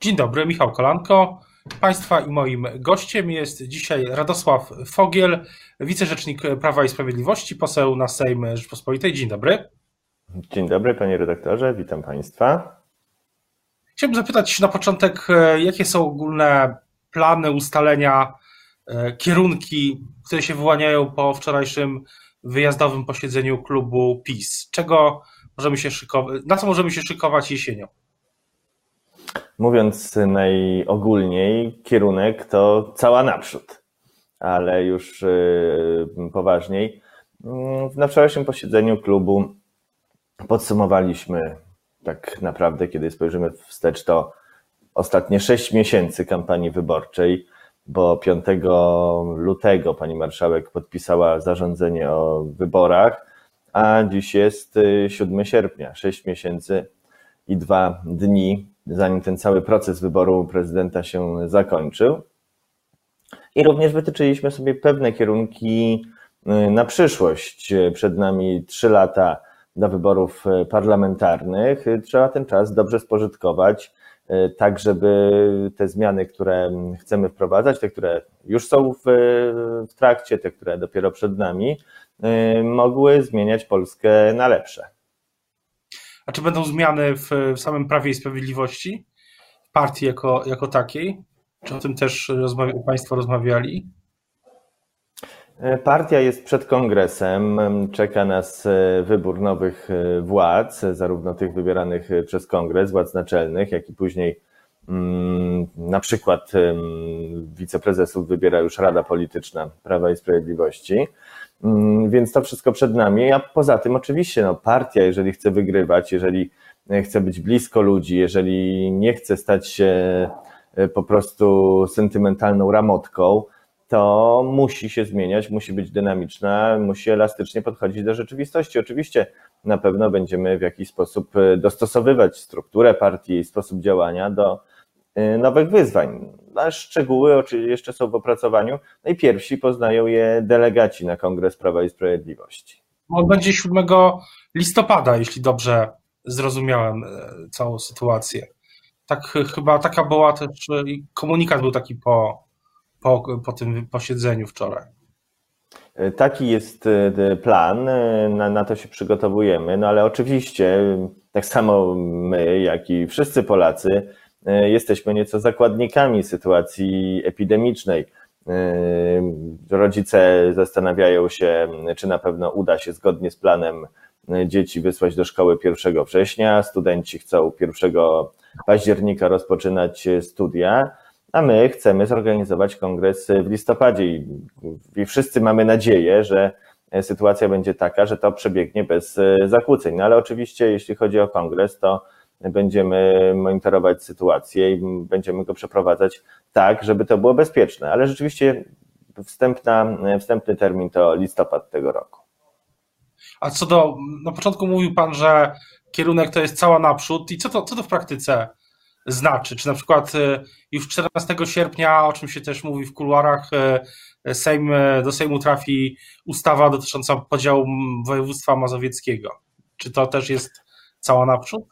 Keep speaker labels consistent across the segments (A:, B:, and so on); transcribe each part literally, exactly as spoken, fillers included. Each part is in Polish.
A: Dzień dobry, Michał Kolanko. Państwa i moim gościem jest dzisiaj Radosław Fogiel, wicerzecznik Prawa i Sprawiedliwości, poseł na Sejm Rzeczypospolitej. Dzień dobry.
B: Dzień dobry, panie redaktorze, witam państwa.
A: Chciałbym zapytać na początek, jakie są ogólne plany, ustalenia, kierunki, które się wyłaniają po wczorajszym wyjazdowym posiedzeniu klubu PiS. Czego możemy się szykować, na co możemy się szykować jesienią?
B: Mówiąc najogólniej, kierunek to cała naprzód, ale już poważniej. Na wczorajszym posiedzeniu klubu podsumowaliśmy tak naprawdę, kiedy spojrzymy wstecz, to ostatnie sześć miesięcy kampanii wyborczej, bo piątego lutego pani marszałek podpisała zarządzenie o wyborach, a dziś jest siódmego sierpnia, sześć miesięcy i dwa dni, zanim ten cały proces wyboru prezydenta się zakończył. I również wytyczyliśmy sobie pewne kierunki na przyszłość. Przed nami trzy lata do wyborów parlamentarnych. Trzeba ten czas dobrze spożytkować, tak żeby te zmiany, które chcemy wprowadzać, te, które już są w, w trakcie, te, które dopiero przed nami, mogły zmieniać Polskę na lepsze.
A: A czy będą zmiany w, w samym Prawie i Sprawiedliwości, w partii jako, jako takiej? Czy o tym też rozmawia, Państwo rozmawiali?
B: Partia jest przed kongresem, czeka nas wybór nowych władz, zarówno tych wybieranych przez kongres, władz naczelnych, jak i później na przykład wiceprezesów wybiera już Rada Polityczna Prawa i Sprawiedliwości. Więc to wszystko przed nami, a poza tym oczywiście no, partia, jeżeli chce wygrywać, jeżeli chce być blisko ludzi, jeżeli nie chce stać się po prostu sentymentalną ramotką, to musi się zmieniać, musi być dynamiczna, musi elastycznie podchodzić do rzeczywistości. Oczywiście na pewno będziemy w jakiś sposób dostosowywać strukturę partii i sposób działania do nowych wyzwań. A szczegóły jeszcze są w opracowaniu. No i pierwsi poznają je delegaci na Kongres Prawa i Sprawiedliwości.
A: On będzie siódmego listopada, jeśli dobrze zrozumiałem całą sytuację. Tak chyba taka była też, komunikat był taki po, po, po tym posiedzeniu wczoraj.
B: Taki jest plan, na, na to się przygotowujemy, no ale oczywiście tak samo my, jak i wszyscy Polacy jesteśmy nieco zakładnikami sytuacji epidemicznej. Rodzice zastanawiają się, czy na pewno uda się zgodnie z planem dzieci wysłać do szkoły pierwszego września, studenci chcą pierwszego października rozpoczynać studia, a my chcemy zorganizować kongres w listopadzie i, i wszyscy mamy nadzieję, że sytuacja będzie taka, że to przebiegnie bez zakłóceń. No ale oczywiście jeśli chodzi o kongres, to będziemy monitorować sytuację i będziemy go przeprowadzać tak, żeby to było bezpieczne, ale rzeczywiście wstępna, wstępny termin to listopad tego roku.
A: A co do, na początku mówił Pan, że kierunek to jest cała naprzód i co to, co to w praktyce znaczy? Czy na przykład już czternastego sierpnia, o czym się też mówi w kuluarach, Sejm, do Sejmu trafi ustawa dotycząca podziału województwa mazowieckiego? Czy to też jest cała naprzód?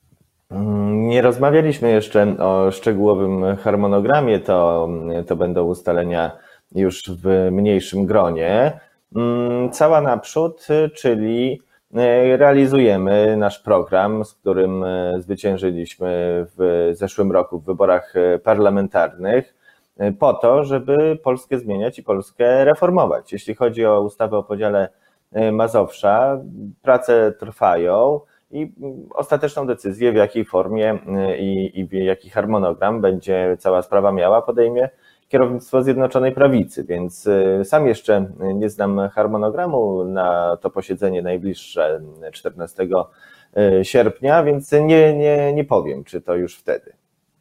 B: Nie rozmawialiśmy jeszcze o szczegółowym harmonogramie, to, to będą ustalenia już w mniejszym gronie. Cała naprzód, czyli realizujemy nasz program, z którym zwyciężyliśmy w zeszłym roku w wyborach parlamentarnych, po to, żeby Polskę zmieniać i Polskę reformować. Jeśli chodzi o ustawę o podziale Mazowsza, prace trwają. I ostateczną decyzję, w jakiej formie i, i jaki harmonogram będzie cała sprawa miała, podejmie kierownictwo Zjednoczonej Prawicy, więc sam jeszcze nie znam harmonogramu na to posiedzenie najbliższe czternastego sierpnia, więc nie, nie, nie powiem, czy to już wtedy.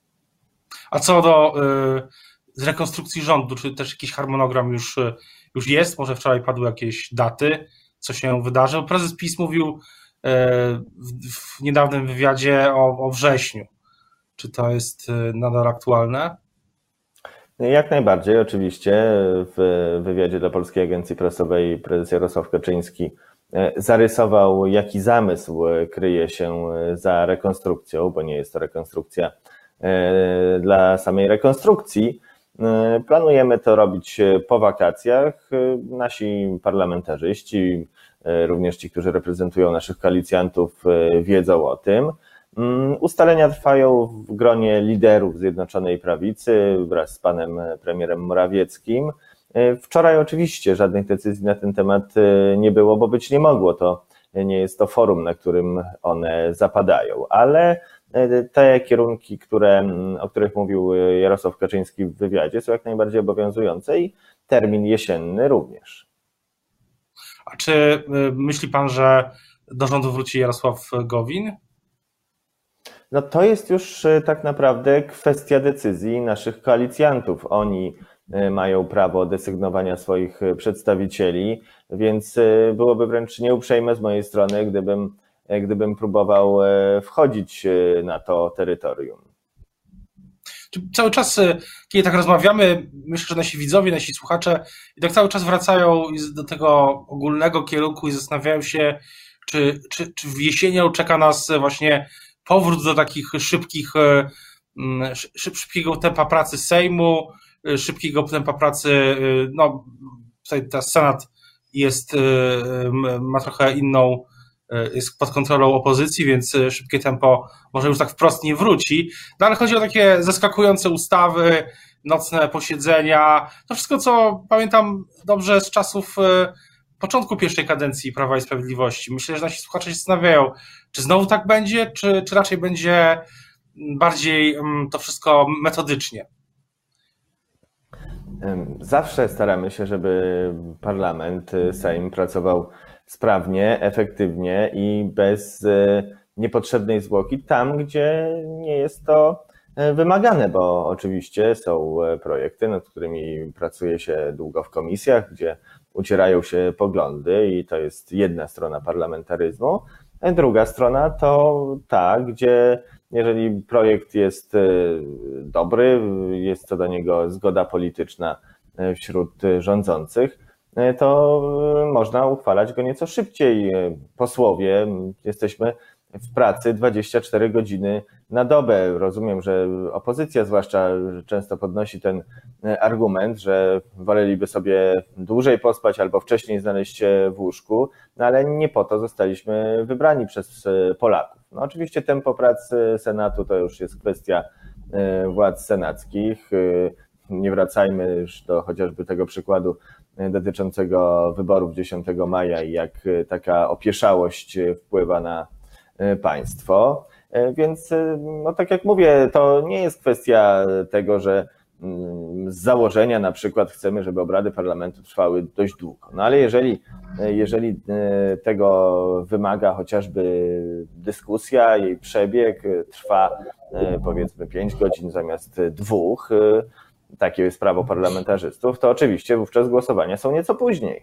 A: A co do y, rekonstrukcji rządu, czy też jakiś harmonogram już, już jest? Może wczoraj padły jakieś daty, co się wydarzy? Prezes PiS mówił W, w niedawnym wywiadzie o, o wrześniu. Czy to jest nadal aktualne?
B: Jak najbardziej, oczywiście. W wywiadzie dla Polskiej Agencji Prasowej prezes Jarosław Kaczyński zarysował, jaki zamysł kryje się za rekonstrukcją, bo nie jest to rekonstrukcja dla samej rekonstrukcji. Planujemy to robić po wakacjach. Nasi parlamentarzyści, również ci, którzy reprezentują naszych koalicjantów, wiedzą o tym. Ustalenia trwają w gronie liderów Zjednoczonej Prawicy wraz z panem premierem Morawieckim. Wczoraj oczywiście żadnych decyzji na ten temat nie było, bo być nie mogło. To nie jest to forum, na którym one zapadają, ale te kierunki, które, o których mówił Jarosław Kaczyński w wywiadzie, są jak najbardziej obowiązujące i termin jesienny również.
A: A czy myśli pan, że do rządu wróci Jarosław Gowin?
B: No to jest już tak naprawdę kwestia decyzji naszych koalicjantów. Oni mają prawo desygnowania swoich przedstawicieli, więc byłoby wręcz nieuprzejme z mojej strony, gdybym, gdybym próbował wchodzić na to terytorium.
A: Cały czas, kiedy tak rozmawiamy, myślę, że nasi widzowie, nasi słuchacze i tak cały czas wracają do tego ogólnego kierunku i zastanawiają się, czy, czy, czy w jesienią czeka nas właśnie powrót do takich szybkich, szybkiego tempa pracy Sejmu, szybkiego tempa pracy, no tutaj teraz Senat jest, ma trochę inną, jest pod kontrolą opozycji, więc szybkie tempo może już tak wprost nie wróci, no ale chodzi o takie zaskakujące ustawy, nocne posiedzenia, to wszystko, co pamiętam dobrze z czasów początku pierwszej kadencji Prawa i Sprawiedliwości. Myślę, że nasi słuchacze się zastanawiają, czy znowu tak będzie, czy, czy raczej będzie bardziej to wszystko metodycznie.
B: Zawsze staramy się, żeby parlament, Sejm pracował sprawnie, efektywnie i bez niepotrzebnej zwłoki tam, gdzie nie jest to wymagane, bo oczywiście są projekty, nad którymi pracuje się długo w komisjach, gdzie ucierają się poglądy i to jest jedna strona parlamentaryzmu. Druga strona to ta, gdzie jeżeli projekt jest dobry, jest co do niego zgoda polityczna wśród rządzących, to można uchwalać go nieco szybciej. Posłowie, jesteśmy w pracy dwadzieścia cztery godziny na dobę. Rozumiem, że opozycja zwłaszcza często podnosi ten argument, że woleliby sobie dłużej pospać albo wcześniej znaleźć się w łóżku, no ale nie po to zostaliśmy wybrani przez Polaków. No oczywiście tempo prac Senatu to już jest kwestia władz senackich. Nie wracajmy już do chociażby tego przykładu dotyczącego wyborów dziesiątego maja i jak taka opieszałość wpływa na państwo. Więc no tak jak mówię, to nie jest kwestia tego, że z założenia na przykład chcemy, żeby obrady parlamentu trwały dość długo. No ale jeżeli, jeżeli tego wymaga chociażby dyskusja, jej przebieg trwa powiedzmy pięć godzin zamiast dwóch, takie jest prawo parlamentarzystów, to oczywiście wówczas głosowania są nieco później.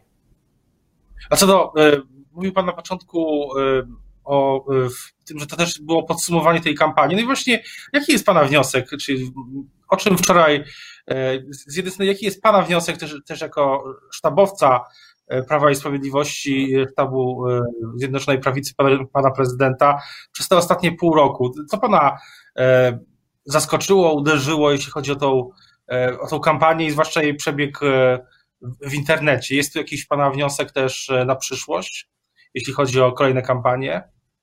A: A co do, mówił pan na początku o tym, że to też było podsumowanie tej kampanii. No i właśnie, jaki jest pana wniosek, czy o czym wczoraj, z jednej strony, jaki jest pana wniosek też, też jako sztabowca Prawa i Sprawiedliwości, sztabu Zjednoczonej Prawicy pana, pana prezydenta przez te ostatnie pół roku? Co pana zaskoczyło, uderzyło, jeśli chodzi o tą, o tą kampanię i zwłaszcza jej przebieg w internecie? Jest tu jakiś pana wniosek też na przyszłość, jeśli chodzi o kolejne kampanie?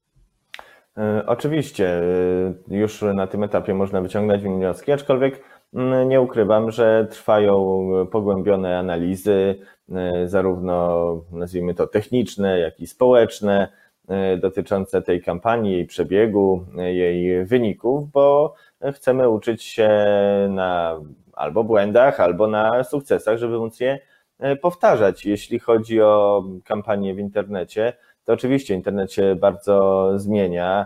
B: Oczywiście, już na tym etapie można wyciągnąć wnioski, aczkolwiek nie ukrywam, że trwają pogłębione analizy, zarówno nazwijmy to techniczne, jak i społeczne, dotyczące tej kampanii, jej przebiegu, jej wyników, bo chcemy uczyć się na albo błędach, albo na sukcesach, żeby móc je powtarzać. Jeśli chodzi o kampanię w internecie, to oczywiście internet się bardzo zmienia.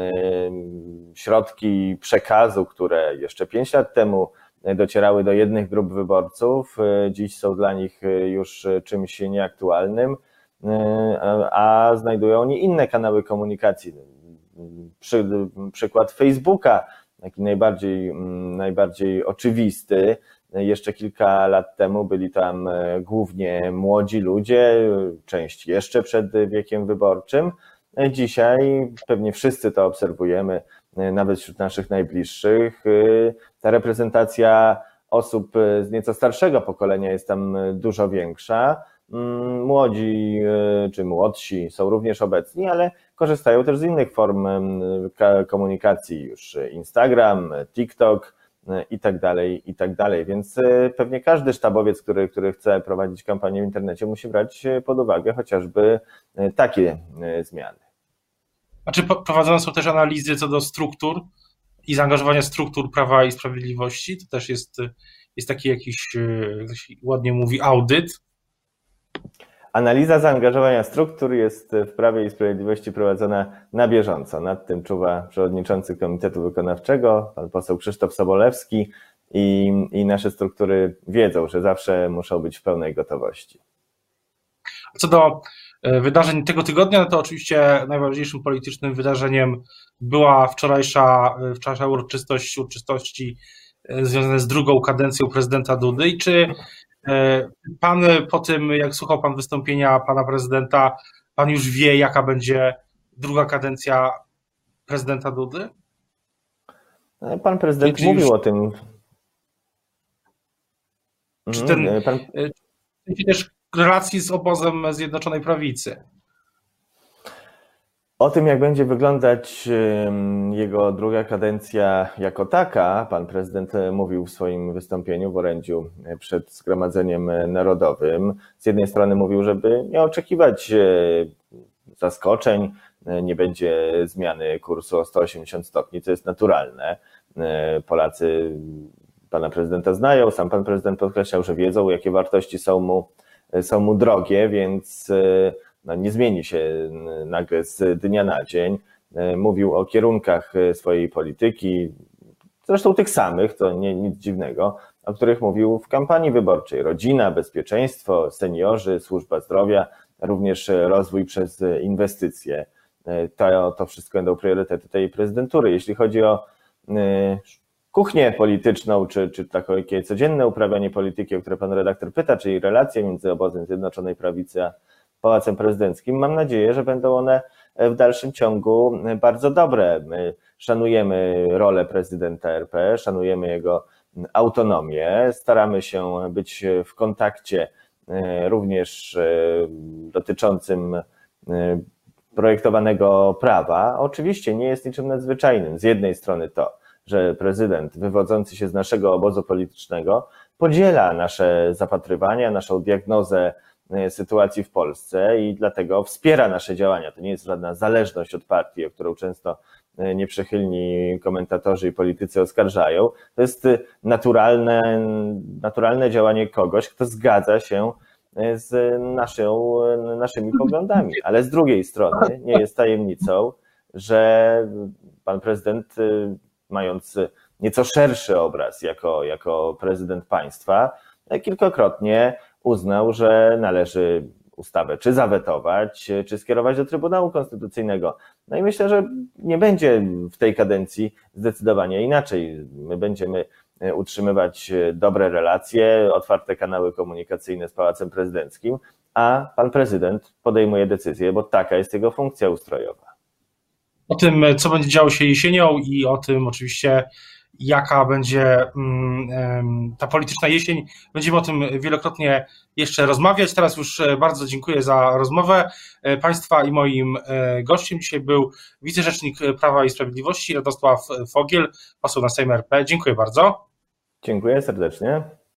B: Środki przekazu, które jeszcze pięć lat temu docierały do jednych grup wyborców, dziś są dla nich już czymś nieaktualnym, a znajdują oni inne kanały komunikacji. Przy, przykład Facebooka, taki najbardziej, najbardziej oczywisty. Jeszcze kilka lat temu byli tam głównie młodzi ludzie, część jeszcze przed wiekiem wyborczym. Dzisiaj pewnie wszyscy to obserwujemy. nawet wśród naszych najbliższych. Ta reprezentacja osób z nieco starszego pokolenia jest tam dużo większa. Młodzi czy młodsi są również obecni, ale korzystają też z innych form komunikacji, już Instagram, TikTok i tak dalej, i tak dalej. Więc pewnie każdy sztabowiec, który, który chce prowadzić kampanię w internecie, musi brać pod uwagę chociażby takie zmiany.
A: A czy prowadzone są też analizy co do struktur i zaangażowania struktur Prawa i Sprawiedliwości? To też jest, jest taki jakiś, jak się ładnie mówi, audyt.
B: Analiza zaangażowania struktur jest w Prawie i Sprawiedliwości prowadzona na bieżąco. Nad tym czuwa przewodniczący Komitetu Wykonawczego, pan poseł Krzysztof Sobolewski, i, i nasze struktury wiedzą, że zawsze muszą być w pełnej gotowości.
A: Co do wydarzeń tego tygodnia, no to oczywiście najważniejszym politycznym wydarzeniem była wczorajsza, wczorajsza uroczystość, uroczystości związane z drugą kadencją prezydenta Dudy. I czy pan po tym, jak słuchał pan wystąpienia pana prezydenta, pan już wie, jaka będzie druga kadencja prezydenta Dudy?
B: Pan prezydent Czyli mówił już... o tym.
A: Czy ten, pan... czy też relacji z obozem Zjednoczonej Prawicy?
B: O tym, jak będzie wyglądać jego druga kadencja jako taka, pan prezydent mówił w swoim wystąpieniu w orędziu przed Zgromadzeniem Narodowym. Z jednej strony mówił, żeby nie oczekiwać zaskoczeń, nie będzie zmiany kursu o sto osiemdziesiąt stopni, co jest naturalne. Polacy pana prezydenta znają, sam pan prezydent podkreślał, że wiedzą, jakie wartości są mu, są mu drogie, więc no, nie zmieni się nagle z dnia na dzień. Mówił o kierunkach swojej polityki, zresztą tych samych, to nie, nic dziwnego, o których mówił w kampanii wyborczej. Rodzina, bezpieczeństwo, seniorzy, służba zdrowia, również rozwój przez inwestycje. To, to wszystko będą priorytety tej prezydentury. Jeśli chodzi o kuchnię polityczną, czy, czy takie codzienne uprawianie polityki, o które pan redaktor pyta, czyli relacje między obozem Zjednoczonej Prawicy a Pałacem Prezydenckim, mam nadzieję, że będą one w dalszym ciągu bardzo dobre. My szanujemy rolę prezydenta R P, szanujemy jego autonomię, staramy się być w kontakcie również dotyczącym projektowanego prawa. Oczywiście nie jest niczym nadzwyczajnym. Z jednej strony to, że prezydent wywodzący się z naszego obozu politycznego podziela nasze zapatrywania, naszą diagnozę sytuacji w Polsce i dlatego wspiera nasze działania. To nie jest żadna zależność od partii, o którą często nieprzychylni komentatorzy i politycy oskarżają. To jest naturalne, naturalne działanie kogoś, kto zgadza się z naszą, naszymi poglądami. Ale z drugiej strony nie jest tajemnicą, że pan prezydent, mając nieco szerszy obraz jako, jako prezydent państwa, kilkakrotnie uznał, że należy ustawę czy zawetować, czy skierować do Trybunału Konstytucyjnego. No i myślę, że nie będzie w tej kadencji zdecydowanie inaczej. My będziemy utrzymywać dobre relacje, otwarte kanały komunikacyjne z Pałacem Prezydenckim, a pan prezydent podejmuje decyzje, bo taka jest jego funkcja ustrojowa.
A: O tym, co będzie działo się jesienią i o tym oczywiście, jaka będzie ta polityczna jesień. Będziemy o tym wielokrotnie jeszcze rozmawiać. Teraz już bardzo dziękuję za rozmowę państwa i moim gościem dzisiaj był wicerzecznik Prawa i Sprawiedliwości Radosław Fogiel, poseł na Sejm R P. Dziękuję bardzo.
B: Dziękuję serdecznie.